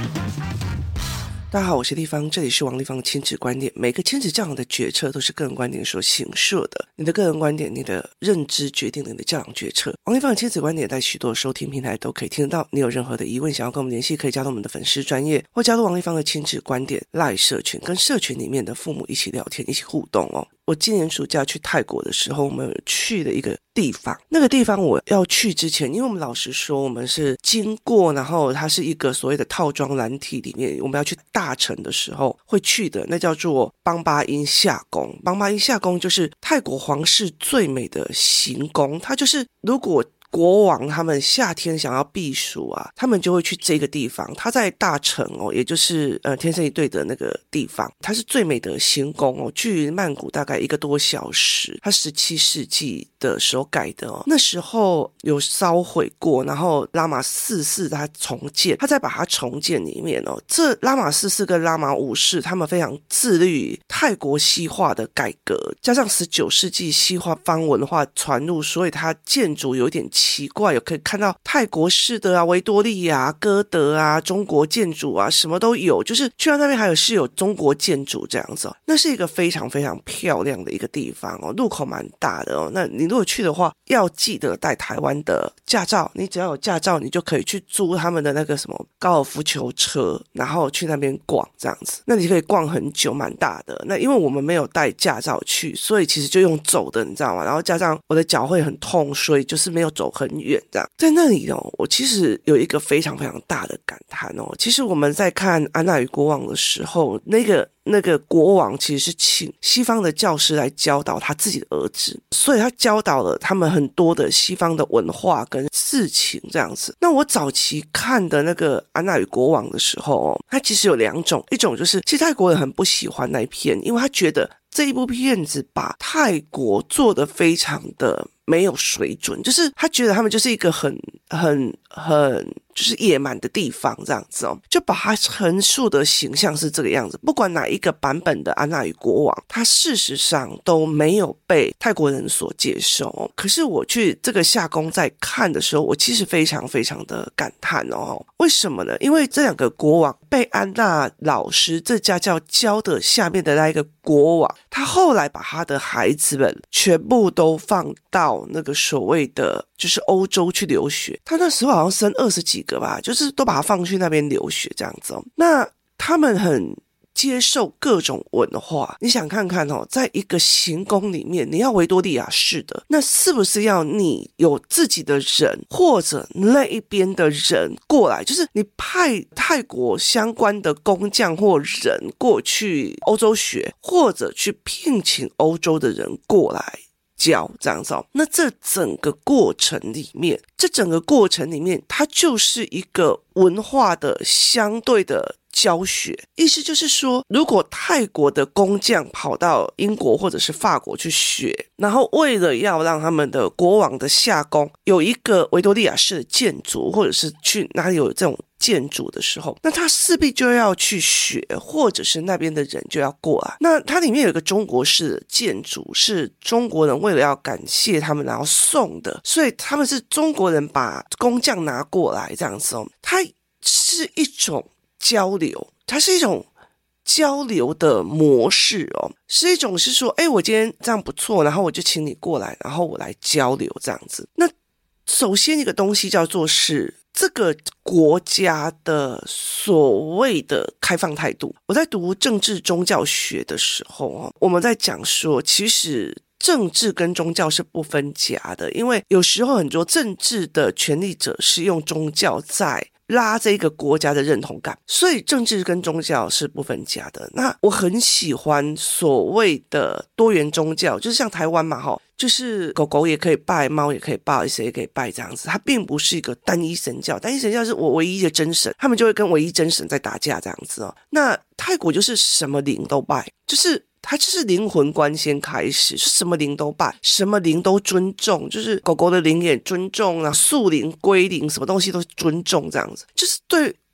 大家好，我是立方，这里是王立方的亲子观点。每个亲子教养的决策都是个人观点所形设的，你的个人观点、你的认知决定了你的教养决策。王立方的亲子观点在许多收听平台都可以听得到。你有任何的疑问想要跟我们联系，可以加入我们的粉丝专页，或加入王立方的亲子观点 LINE 社群，跟社群里面的父母一起聊天，一起互动哦。我今年暑假去泰国的时候，我们有去的一个地方，那个地方我要去之前，因为我们老实说我们是经过，然后它是一个所谓的套装软体里面，我们要去大城的时候会去的，那叫做邦巴因夏宫。邦巴因夏宫就是泰国皇室最美的行宫，它就是如果国王他们夏天想要避暑啊，他们就会去这个地方。它在大城哦，也就是天生一对的那个地方，它是最美的行宫哦，距曼谷大概1个多小时。它17世纪的时候盖的哦，那时候有烧毁过，然后拉玛四世他重建，他再把它重建里面哦。这拉玛四世跟拉玛五世他们非常致力于泰国西化的改革，加上19世纪西化方文化传入，所以它建筑有点奇怪，有可以看到泰国式的啊、维多利亚、歌德啊、中国建筑啊，什么都有。就是去到那边还有是有中国建筑这样子哦，那是一个非常非常漂亮的一个地方哦，入口蛮大的哦。那你如果去的话，要记得带台湾的驾照，你只要有驾照，你就可以去租他们的那个什么高尔夫球车，然后去那边逛这样子。那你可以逛很久，蛮大的。那因为我们没有带驾照去，所以其实就用走的，你知道吗？然后加上我的脚会很痛，所以就是没有走很远这样。在那里哦，我其实有一个非常非常大的感叹哦。其实我们在看《安娜与国王》的时候，那个国王其实是请西方的教师来教导他自己的儿子，所以他教导了他们很多的西方的文化跟事情这样子。那我早期看的那个《安娜与国王》的时候哦，它其实有2种，一种就是其实泰国人很不喜欢那一片，因为他觉得这一部片子把泰国做得非常的没有水准，就是他觉得他们就是一个很就是野蛮的地方这样子哦，就把他陈述的形象是这个样子。不管哪一个版本的安娜与国王，他事实上都没有被泰国人所接受哦。可是我去这个夏宫在看的时候，我其实非常非常的感叹哦。为什么呢？因为这2个国王被安娜老师这家教教的下面的那一个国王，他后来把他的孩子们全部都放到那个所谓的就是欧洲去留学。他那时候好像生20几个吧，就是都把他放去那边留学这样子哦。那他们很接受各种文化，你想看看哦，在一个行宫里面，你要维多利亚式的，那是不是要你有自己的人，或者那一边的人过来，就是你派泰国相关的工匠或人过去欧洲学，或者去聘请欧洲的人过来教这样子哦。那这整个过程里面，它就是一个文化的相对的教学。意思就是说，如果泰国的工匠跑到英国或者是法国去学，然后为了要让他们的国王的夏宫有一个维多利亚式的建筑，或者是去哪里有这种建筑的时候，那他势必就要去学，或者是那边的人就要过来。那它里面有一个中国式的建筑，是中国人为了要感谢他们然后送的，所以他们是中国人把工匠拿过来这样子哦。它是一种交流，它是一种交流的模式哦，是一种是说，我今天这样不错，然后我就请你过来，然后我来交流这样子。那首先一个东西叫做是这个国家的所谓的开放态度。我在读政治宗教学的时候我们在讲说，其实政治跟宗教是不分家的，因为有时候很多政治的权力者是用宗教在拉这个国家的认同感，所以政治跟宗教是不分家的。那我很喜欢所谓的多元宗教，就是像台湾嘛就是狗狗也可以拜，猫也可以拜，谁也可以拜这样子。它并不是一个单一神教，单一神教是我唯一的真神，他们就会跟唯一真神在打架这样子哦。那泰国就是什么灵都拜，就是它就是灵魂观先开始，是什么灵都拜，什么灵都尊重，就是狗狗的灵也尊重啊，树灵龟灵什么东西都尊重这样子，就是对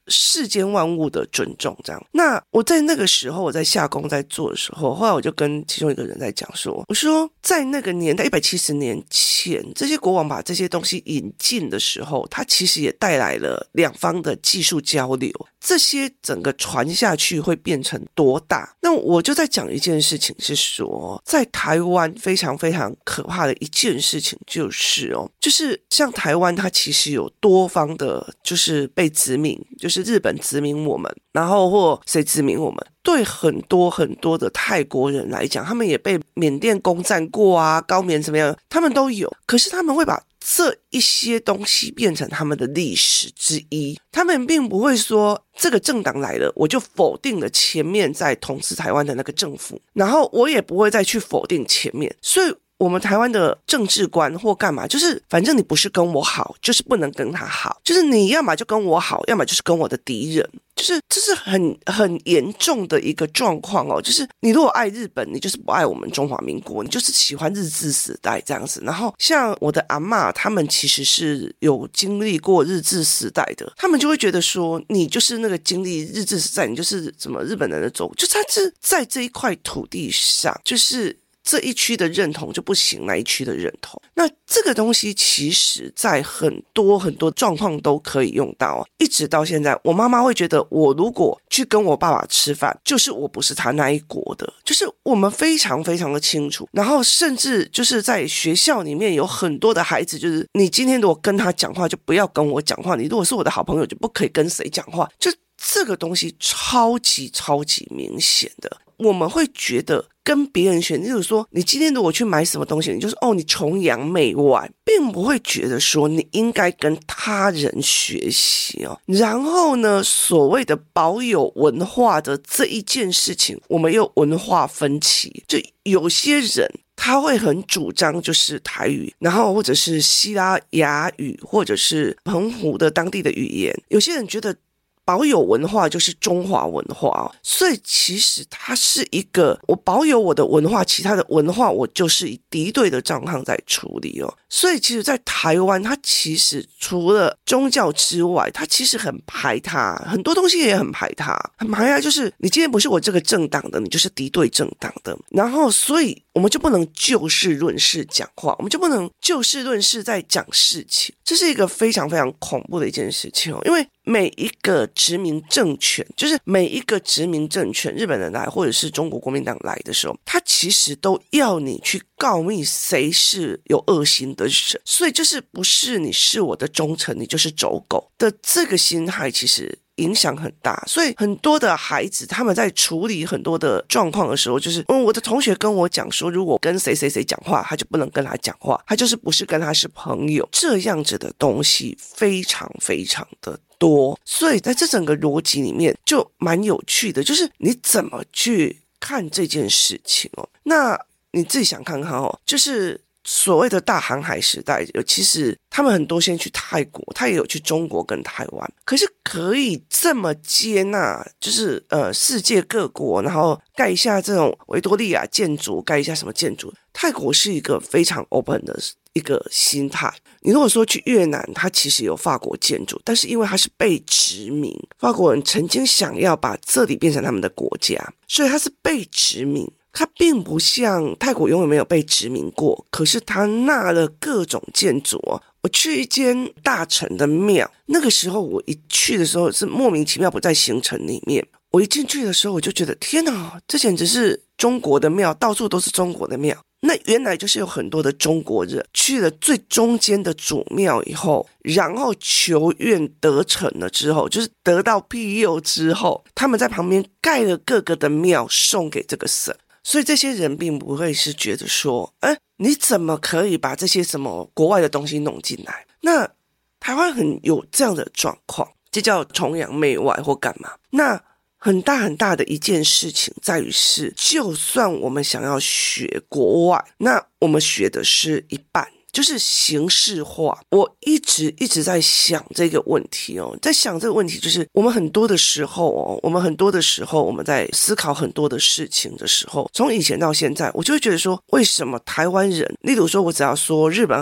世间万物的尊重这样。那我在那个时候我在下工在做的时候，后来我就跟其中一个人在讲说，我说在那个年代170年前，这些国王把这些东西引进的时候，它其实也带来了两方的技术交流，这些整个传下去会变成多大。那我就在讲一件事情是说，在台湾非常非常可怕的一件事情就是像台湾它其实有多方的就是被殖民，就是日本殖民我们，然后或谁殖民我们，对很多很多的泰国人来讲，他们也被缅甸攻占过啊，高棉怎么样，他们都有，可是他们会把这一些东西变成他们的历史之一，他们并不会说这个政党来了我就否定了前面在统治台湾的那个政府，然后我也不会再去否定前面，所以我们台湾的政治观或干嘛，就是反正你不是跟我好，就是不能跟他好，就是你要么就跟我好，要么就是跟我的敌人，就是这是很严重的一个状况哦。就是你如果爱日本，你就是不爱我们中华民国，你就是喜欢日治时代这样子。然后像我的阿嬷，他们其实是有经历过日治时代的，他们就会觉得说，你就是那个经历日治时代，你就是什么日本人的种，就他是在这一块土地上，就是这一区的认同就不行，那一区的认同。那这个东西其实在很多很多状况都可以用到，一直到现在我妈妈会觉得我如果去跟我爸爸吃饭，就是我不是他那一国的，就是我们非常非常的清楚。然后甚至就是在学校里面有很多的孩子，就是你今天如果跟他讲话就不要跟我讲话，你如果是我的好朋友就不可以跟谁讲话，就这个东西超级超级明显的。我们会觉得跟别人选，例如说你今天如果去买什么东西，你就是你崇洋媚外，并不会觉得说你应该跟他人学习哦。然后呢，所谓的保有文化的这一件事情，我们有文化分歧，就有些人他会很主张就是台语，然后或者是西拉雅语，或者是澎湖的当地的语言，有些人觉得保有文化就是中华文化所以其实它是一个我保有我的文化，其他的文化我就是以敌对的账号在处理所以其实在台湾它其实除了宗教之外，它其实很排他，很多东西也很排他，就是你今天不是我这个政党的，你就是敌对政党的，然后所以我们就不能就事论事讲话，我们就不能就事论事在讲事情，这是一个非常非常恐怖的一件事情因为每一个殖民政权，就是每一个殖民政权，日本人来或者是中国国民党来的时候，他其实都要你去告密谁是有恶心的人，所以就是不是你是我的忠臣，你就是走狗的这个心态，其实影响很大。所以很多的孩子他们在处理很多的状况的时候，就是我的同学跟我讲说，如果跟谁谁谁讲话，他就不能跟他讲话，他就是不是跟他是朋友，这样子的东西非常非常的多。所以在这整个逻辑里面就蛮有趣的，就是你怎么去看这件事情那你自己想看看就是所谓的大航海时代，其实他们很多先去泰国，他也有去中国跟台湾，可是可以这么接纳，就是世界各国，然后盖一下这种维多利亚建筑，盖一下什么建筑，泰国是一个非常 open 的一个心态。你如果说去越南，它其实有法国建筑，但是因为它是被殖民，法国人曾经想要把这里变成他们的国家，所以它是被殖民。它并不像泰国永远没有被殖民过，可是它纳了各种建筑我去一间大城的庙，那个时候我一去的时候是莫名其妙不在行程里面，我一进去的时候我就觉得天哪，这简直是中国的庙，到处都是中国的庙。那原来就是有很多的中国人去了最中间的主庙以后，然后求愿得逞了之后，就是得到庇佑之后，他们在旁边盖了各个的庙送给这个神。所以这些人并不会是觉得说你怎么可以把这些什么国外的东西弄进来。那台湾很有这样的状况，这叫崇洋媚外或干嘛。那很大很大的一件事情在于是，就算我们想要学国外，那我们学的是一半，就是形式化。我一直在想这个问题在想这个问题，就是我们很多的时候我们在思考很多的事情的时候，从以前到现在，我就会觉得说，为什么台湾人，例如说我只要说日本好，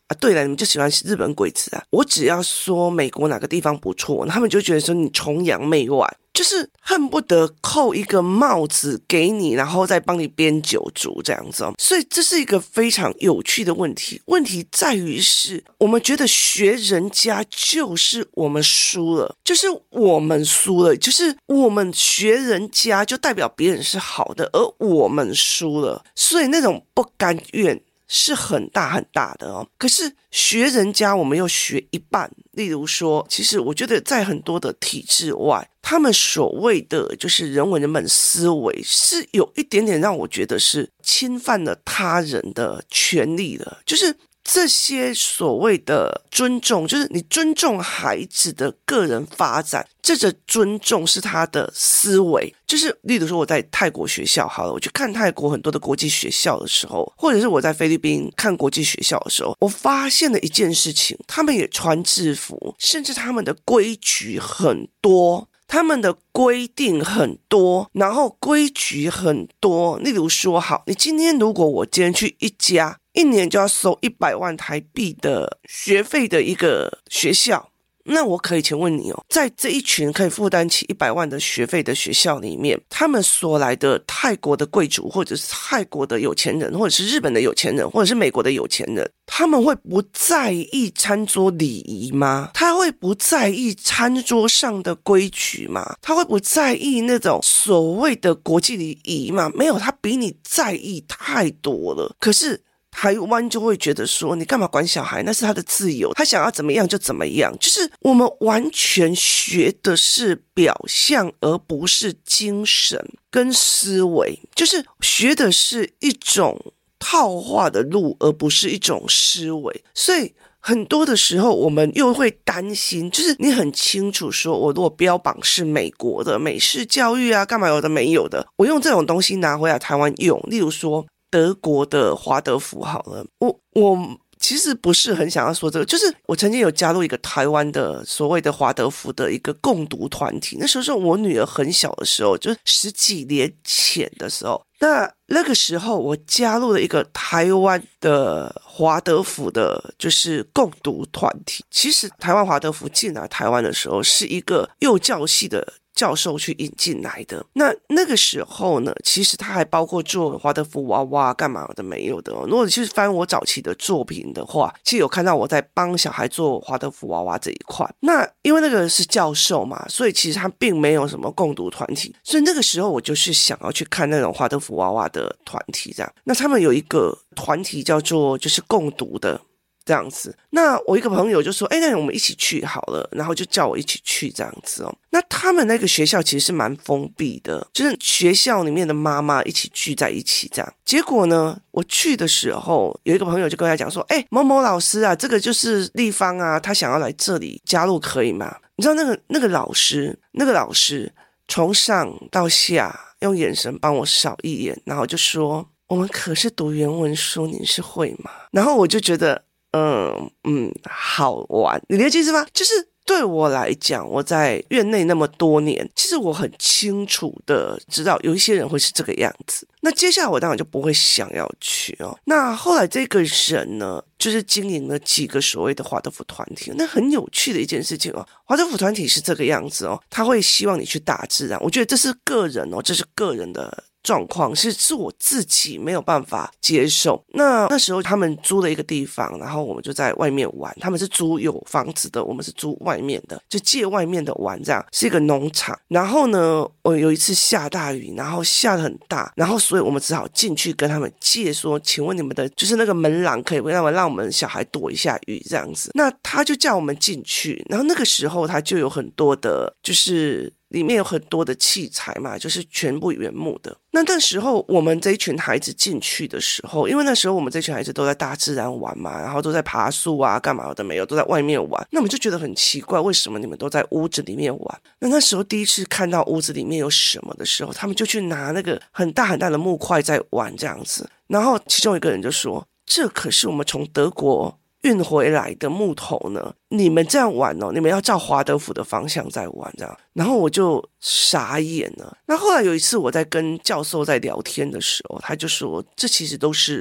啊，对了，你们就喜欢日本鬼子啊。我只要说美国哪个地方不错，他们就觉得说你崇洋媚外，就是恨不得扣一个帽子给你，然后再帮你编酒族这样子哦。所以这是一个非常有趣的问题。问题在于是我们觉得学人家就是我们输了，就是我们输了，就是我们学人家就代表别人是好的，而我们输了，所以那种不甘愿是很大很大的哦。可是学人家我们又学一半，例如说，其实我觉得在很多的体制外，他们所谓的就是人文人本思维是有一点点让我觉得是侵犯了他人的权利的，就是这些所谓的尊重，就是你尊重孩子的个人发展，这个尊重是他的思维。就是例如说我在泰国学校好了，我去看泰国很多的国际学校的时候，或者是我在菲律宾看国际学校的时候，我发现了一件事情，他们也穿制服，甚至他们的规矩很多，他们的规定很多，然后规矩很多。例如说，好，你今天如果我今天去一家1年就要收100万台币的学费的一个学校，那我可以请问你哦，在这一群可以负担起100万的学费的学校里面，他们所来的泰国的贵族，或者是泰国的有钱人，或者是日本的有钱人，或者是美国的有钱人，他们会不在意餐桌礼仪吗？他会不在意餐桌上的规矩吗？他会不在意那种所谓的国际礼仪吗？没有，他比你在意太多了。可是台湾就会觉得说，你干嘛管小孩？那是他的自由，他想要怎么样就怎么样。就是我们完全学的是表象，而不是精神跟思维，就是学的是一种套话的路，而不是一种思维。所以很多的时候我们又会担心，就是你很清楚说，我如果标榜是美国的美式教育啊，干嘛有的没有的，我用这种东西拿回来台湾用，例如说德国的华德福好了，我其实不是很想要说这个，就是我曾经有加入一个台湾的所谓的华德福的一个共读团体，那时候是我女儿很小的时候，就是10几年前的时候，那个时候我加入了一个台湾的华德福的就是共读团体。其实台湾华德福进来台湾的时候是一个幼教系的教授去引进来的。那个时候呢，其实他还包括做华德福娃娃干嘛的没有的哦。如果你去翻我早期的作品的话，其实有看到我在帮小孩做华德福娃娃这一块。那因为那个是教授嘛，所以其实他并没有什么共读团体，所以那个时候我就是想要去看那种华德福娃娃的团体这样。那他们有一个团体叫做就是共读的这样子，那我一个朋友就说，那我们一起去好了，然后就叫我一起去这样子哦。那他们那个学校其实是蛮封闭的，就是学校里面的妈妈一起聚在一起这样。结果呢，我去的时候，有一个朋友就跟他讲说，某某老师啊，这个就是立方啊，他想要来这里加入可以吗？你知道那个老师从上到下用眼神帮我扫一眼，然后就说，我们可是读原文书，你是会吗？然后我就觉得好玩，你理解意思吗？就是对我来讲，我在院内那么多年，其实我很清楚的知道有一些人会是这个样子。那接下来我当然就不会想要去哦。那后来这个人呢，就是经营了几个所谓的华德福团体，那很有趣的一件事情哦。华德福团体是这个样子哦，他会希望你去大自然，我觉得这是个人哦，这是个人的状况，是我自己没有办法接受。那时候他们租了一个地方，然后我们就在外面玩，他们是租有房子的，我们是租外面的，就借外面的玩，这样是一个农场。然后呢，我有一次下大雨，然后下得很大，然后所以我们只好进去跟他们借说，请问你们的就是那个门廊可以让我们小孩躲一下雨这样子。那他就叫我们进去，然后那个时候他就有很多的就是里面有很多的器材嘛，就是全部原木的。那时候我们这一群孩子进去的时候，因为那时候我们这群孩子都在大自然玩嘛，然后都在爬树啊干嘛的没有，都在外面玩。那我们就觉得很奇怪，为什么你们都在屋子里面玩？那时候第一次看到屋子里面有什么的时候，他们就去拿那个很大很大的木块在玩这样子。然后其中一个人就说，这可是我们从德国运回来的木头呢，你们这样玩哦，你们要照华德福的方向在玩这样。然后我就傻眼了。那后来有一次我在跟教授在聊天的时候，他就说，这其实都是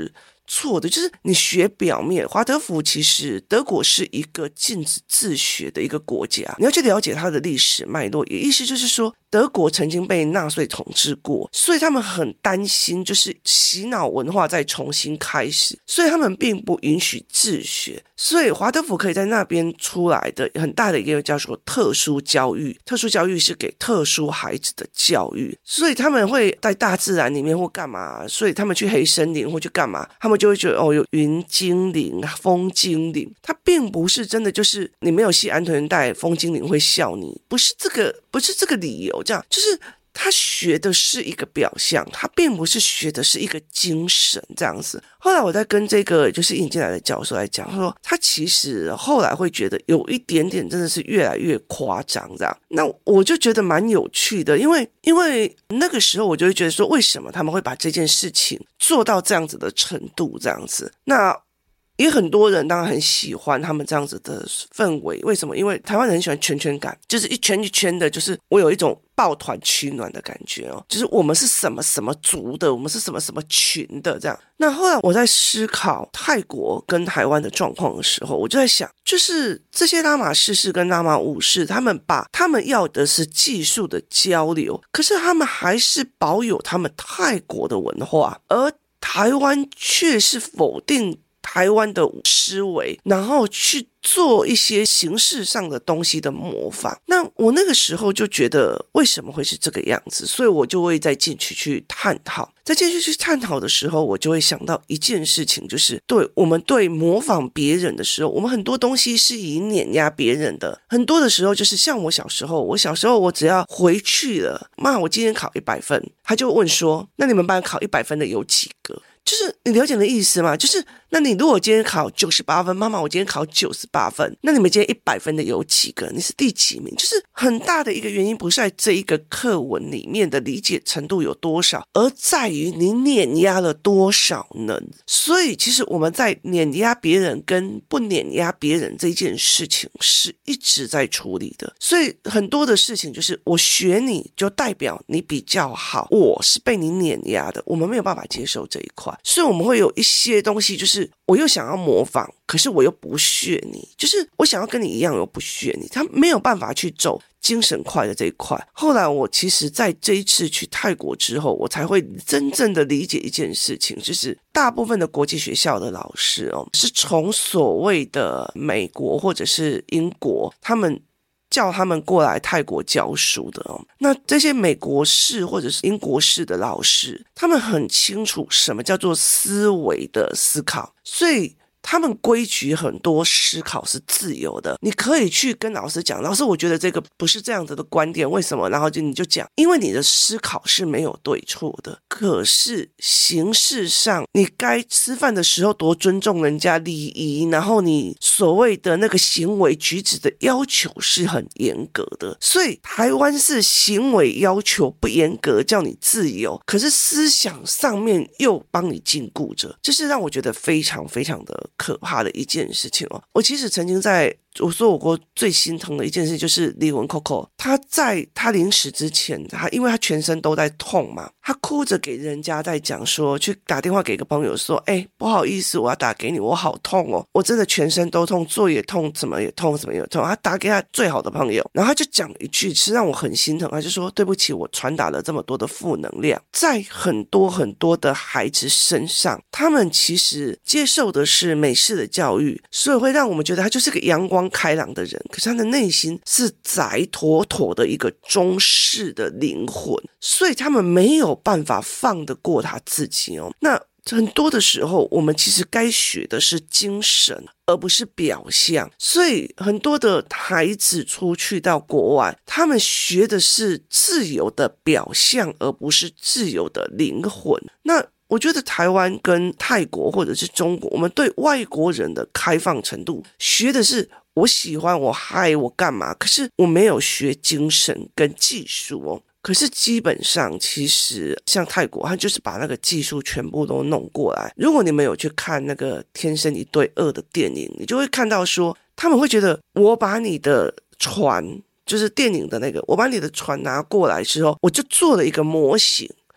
错的，就是你学表面。华德福其实德国是一个禁止自学的一个国家，你要去了解它的历史脉络，也意思就是说德国曾经被纳粹统治过，所以他们很担心就是洗脑文化再重新开始，所以他们并不允许自学。所以华德福可以在那边出来的很大的一个叫做特殊教育，特殊教育是给特殊孩子的教育，所以他们会在大自然里面或干嘛，所以他们去黑森林或去干嘛，他们就会觉得有云精灵、风精灵，它并不是真的就是你没有系安全带，风精灵会笑你，不是这个理由，这样就是他学的是一个表象，他并不是学的是一个精神这样子。后来我在跟这个就是引进来的教授来讲，他说他其实后来会觉得有一点点真的是越来越夸张这样。那我就觉得蛮有趣的，因为那个时候我就会觉得说，为什么他们会把这件事情做到这样子的程度这样子？那也很多人当然很喜欢他们这样子的氛围，为什么？因为台湾人很喜欢圈圈感，就是一圈一圈的，就是我有一种抱团取暖的感觉哦，就是我们是什么什么族的，我们是什么什么群的这样。那后来我在思考泰国跟台湾的状况的时候，我就在想，就是这些拉玛四世跟拉玛五世，他们要的是技术的交流，可是他们还是保有他们泰国的文化，而台湾却是否定台湾的思维，然后去做一些形式上的东西的模仿。那我那个时候就觉得为什么会是这个样子，所以我就会再进去探讨。在进去探讨的时候，我就会想到一件事情，就是我们对模仿别人的时候，我们很多东西是以碾压别人的，很多的时候就是像我小时候我只要回去了，妈，我今天考100分，他就问说，那你们班考100分的有几个？就是你了解的意思吗？就是那你如果今天考98分，妈妈我今天考98分，那你们今天100分的有几个？你是第几名？就是很大的一个原因不是在这一个课文里面的理解程度有多少，而在于你碾压了多少人。所以其实我们在碾压别人跟不碾压别人这件事情是一直在处理的。所以很多的事情就是我学你就代表你比较好，我是被你碾压的，我们没有办法接受这一块。所以我们会有一些东西，就是我又想要模仿，可是我又不屑你，就是我想要跟你一样又不屑你，他没有办法去走精神块的这一块。后来我其实在这一次去泰国之后，我才会真正的理解一件事情，就是大部分的国际学校的老师是从所谓的美国或者是英国，他们叫他们过来泰国教书的那这些美国式或者是英国式的老师，他们很清楚什么叫做思维的思考，所以他们规矩很多，思考是自由的，你可以去跟老师讲，老师我觉得这个不是这样子的观点，为什么？然后你就讲，因为你的思考是没有对错的，可是形式上你该吃饭的时候多尊重人家礼仪，然后你所谓的那个行为举止的要求是很严格的。所以台湾是行为要求不严格，叫你自由，可是思想上面又帮你禁锢着，这是让我觉得非常非常的可怕的一件事情我其实曾经我说我国最心疼的一件事就是李玟 Coco， 他临死之前，因为他全身都在痛嘛，他哭着给人家在讲说，去打电话给一个朋友说，不好意思，我要打给你，我好痛我真的全身都痛，坐也痛，怎么也痛，怎么也痛。他打给他最好的朋友，然后他就讲一句是让我很心疼，他就说对不起，我传达了这么多的负能量，在很多很多的孩子身上，他们其实接受的是美式的教育，所以会让我们觉得他就是个阳光开朗的人，可是他的内心是宅妥妥的一个中式的灵魂，所以他们没有办法放得过他自己那很多的时候我们其实该学的是精神而不是表象，所以很多的孩子出去到国外，他们学的是自由的表象而不是自由的灵魂。那我觉得台湾跟泰国或者是中国，我们对外国人的开放程度学的是我喜欢我嗨我干嘛，可是我没有学精神跟技术可是基本上其实像泰国，他就是把那个技术全部都弄过来。如果你们有去看那个天生一对二的电影，你就会看到说他们会觉得我把你的船，就是电影的那个，我把你的船拿过来之后，我就做了一个模型，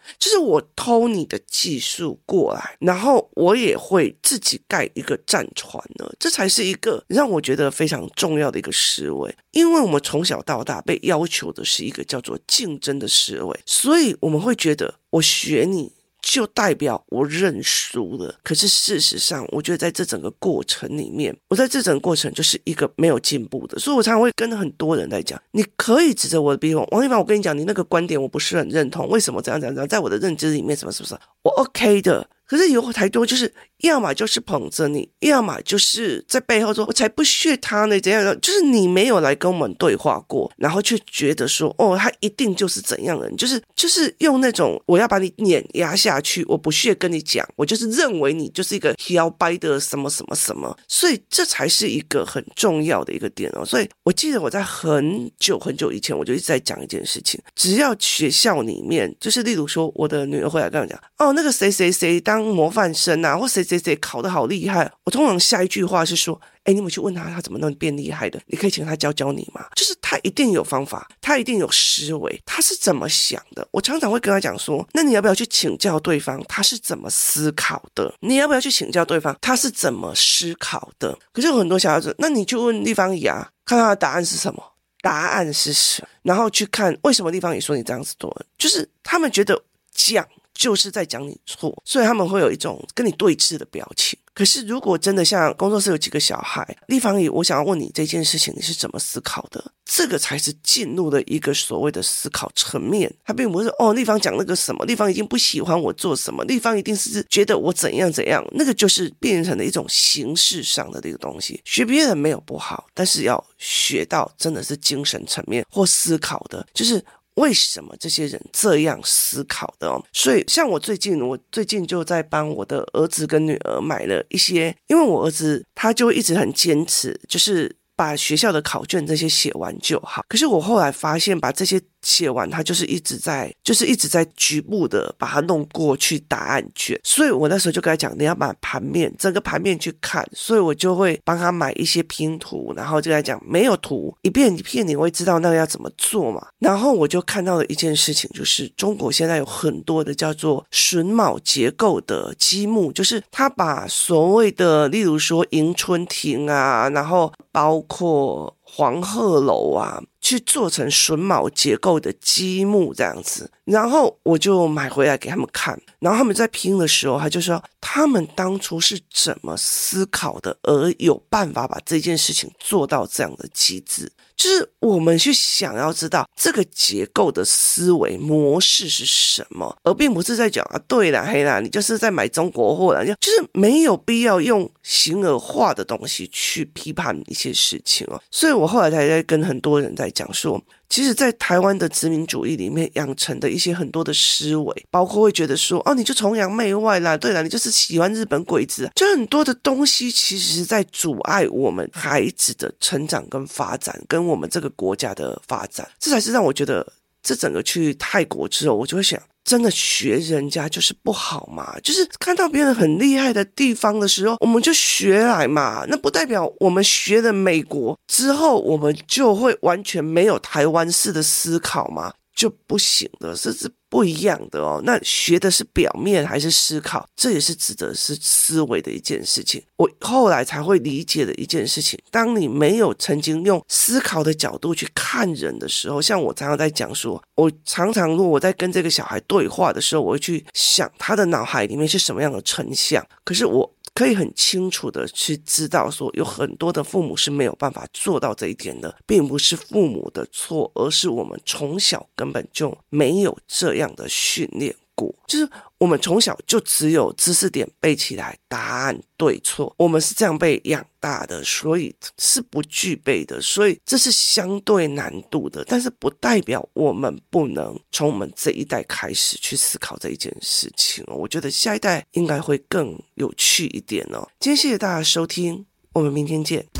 就是我偷你的技术过来，然后我也会自己盖一个战船呢，这才是一个让我觉得非常重要的一个思维。因为我们从小到大被要求的是一个叫做竞争的思维，所以我们会觉得我学你就代表我认输了。可是事实上，我觉得在这整个过程里面，我在这整个过程就是一个没有进步的。所以我常常会跟很多人在讲，你可以指着我的鼻孔，王立芳，我跟你讲，你那个观点我不是很认同，为什么这样这样这样，在我的认知里面什么什么什么，我 OK 的。可是有太多就是要么就是捧着你，要么就是在背后说我才不屑他呢，怎样的，就是你没有来跟我们对话过，然后却觉得说他一定就是怎样的人，就是用那种我要把你碾压下去，我不屑跟你讲，我就是认为你就是一个摇摆的什么什么什么，所以这才是一个很重要的一个点。所以我记得我在很久很久以前我就一直在讲一件事情，只要学校里面就是例如说我的女儿会来跟我讲那个谁谁谁当模范生啊，或谁谁谁考得好厉害，我通常下一句话是说你有没有去问他怎么能变厉害的，你可以请他教教你吗？就是他一定有方法，他一定有思维，他是怎么想的。我常常会跟他讲说，那你要不要去请教对方他是怎么思考的，你要不要去请教对方他是怎么思考的。可是有很多小孩子，那你去问立方乙啊，看他的答案是什么，答案是什么，然后去看为什么立方乙说你这样子做，就是他们觉得讲就是在讲你错，所以他们会有一种跟你对峙的表情。可是如果真的像工作室有几个小孩，立方乙，我想要问你这件事情你是怎么思考的，这个才是进入了一个所谓的思考层面。他并不是立方讲那个什么，立方已经不喜欢我做什么，立方一定是觉得我怎样怎样，那个就是变成了一种形式上的这个东西。学别人没有不好，但是要学到真的是精神层面或思考的，就是为什么这些人这样思考的所以像我最近就在帮我的儿子跟女儿买了一些，因为我儿子他就一直很坚持，就是把学校的考卷这些写完就好。可是我后来发现把这些写完，他就是一直在局部的把它弄过去答案卷。所以我那时候就跟他讲，你要把整个盘面去看，所以我就会帮他买一些拼图，然后就跟他讲没有图一遍一遍你会知道那个要怎么做嘛。然后我就看到了一件事情，就是中国现在有很多的叫做榫卯结构的积木，就是他把所谓的例如说迎春亭啊，然后包括黄鹤楼啊，去做成榫卯结构的积木这样子。然后我就买回来给他们看，然后他们在拼的时候他就说他们当初是怎么思考的，而有办法把这件事情做到这样的极致。就是我们去想要知道这个结构的思维模式是什么，而并不是在讲对啦黑啦，你就是在买中国货啦，就是没有必要用形而化的东西去批判一些事情所以我后来才在跟很多人在讲说，其实在台湾的殖民主义里面养成的一些很多的思维，包括会觉得说你就崇洋媚外啦，对啦，你就是喜欢日本鬼子就很多的东西其实是在阻碍我们孩子的成长跟发展，跟我们这个国家的发展。这才是让我觉得这整个去泰国之后，我就会想真的学人家就是不好嘛，就是看到别人很厉害的地方的时候我们就学来嘛，那不代表我们学了美国之后我们就会完全没有台湾式的思考嘛，就不行的，这是不一样的那学的是表面还是思考，这也是指的是思维的一件事情。我后来才会理解的一件事情，当你没有曾经用思考的角度去看人的时候，像我常常在讲说，我常常如果我在跟这个小孩对话的时候，我会去想他的脑海里面是什么样的成像，可是我可以很清楚的去知道说，有很多的父母是没有办法做到这一点的，并不是父母的错，而是我们从小根本就没有这样的训练过，就是我们从小就只有知识点背起来，答案对错，我们是这样被养大的，所以是不具备的，所以这是相对难度的，但是不代表我们不能从我们这一代开始去思考这一件事情我觉得下一代应该会更有趣一点今天谢谢大家收听，我们明天见。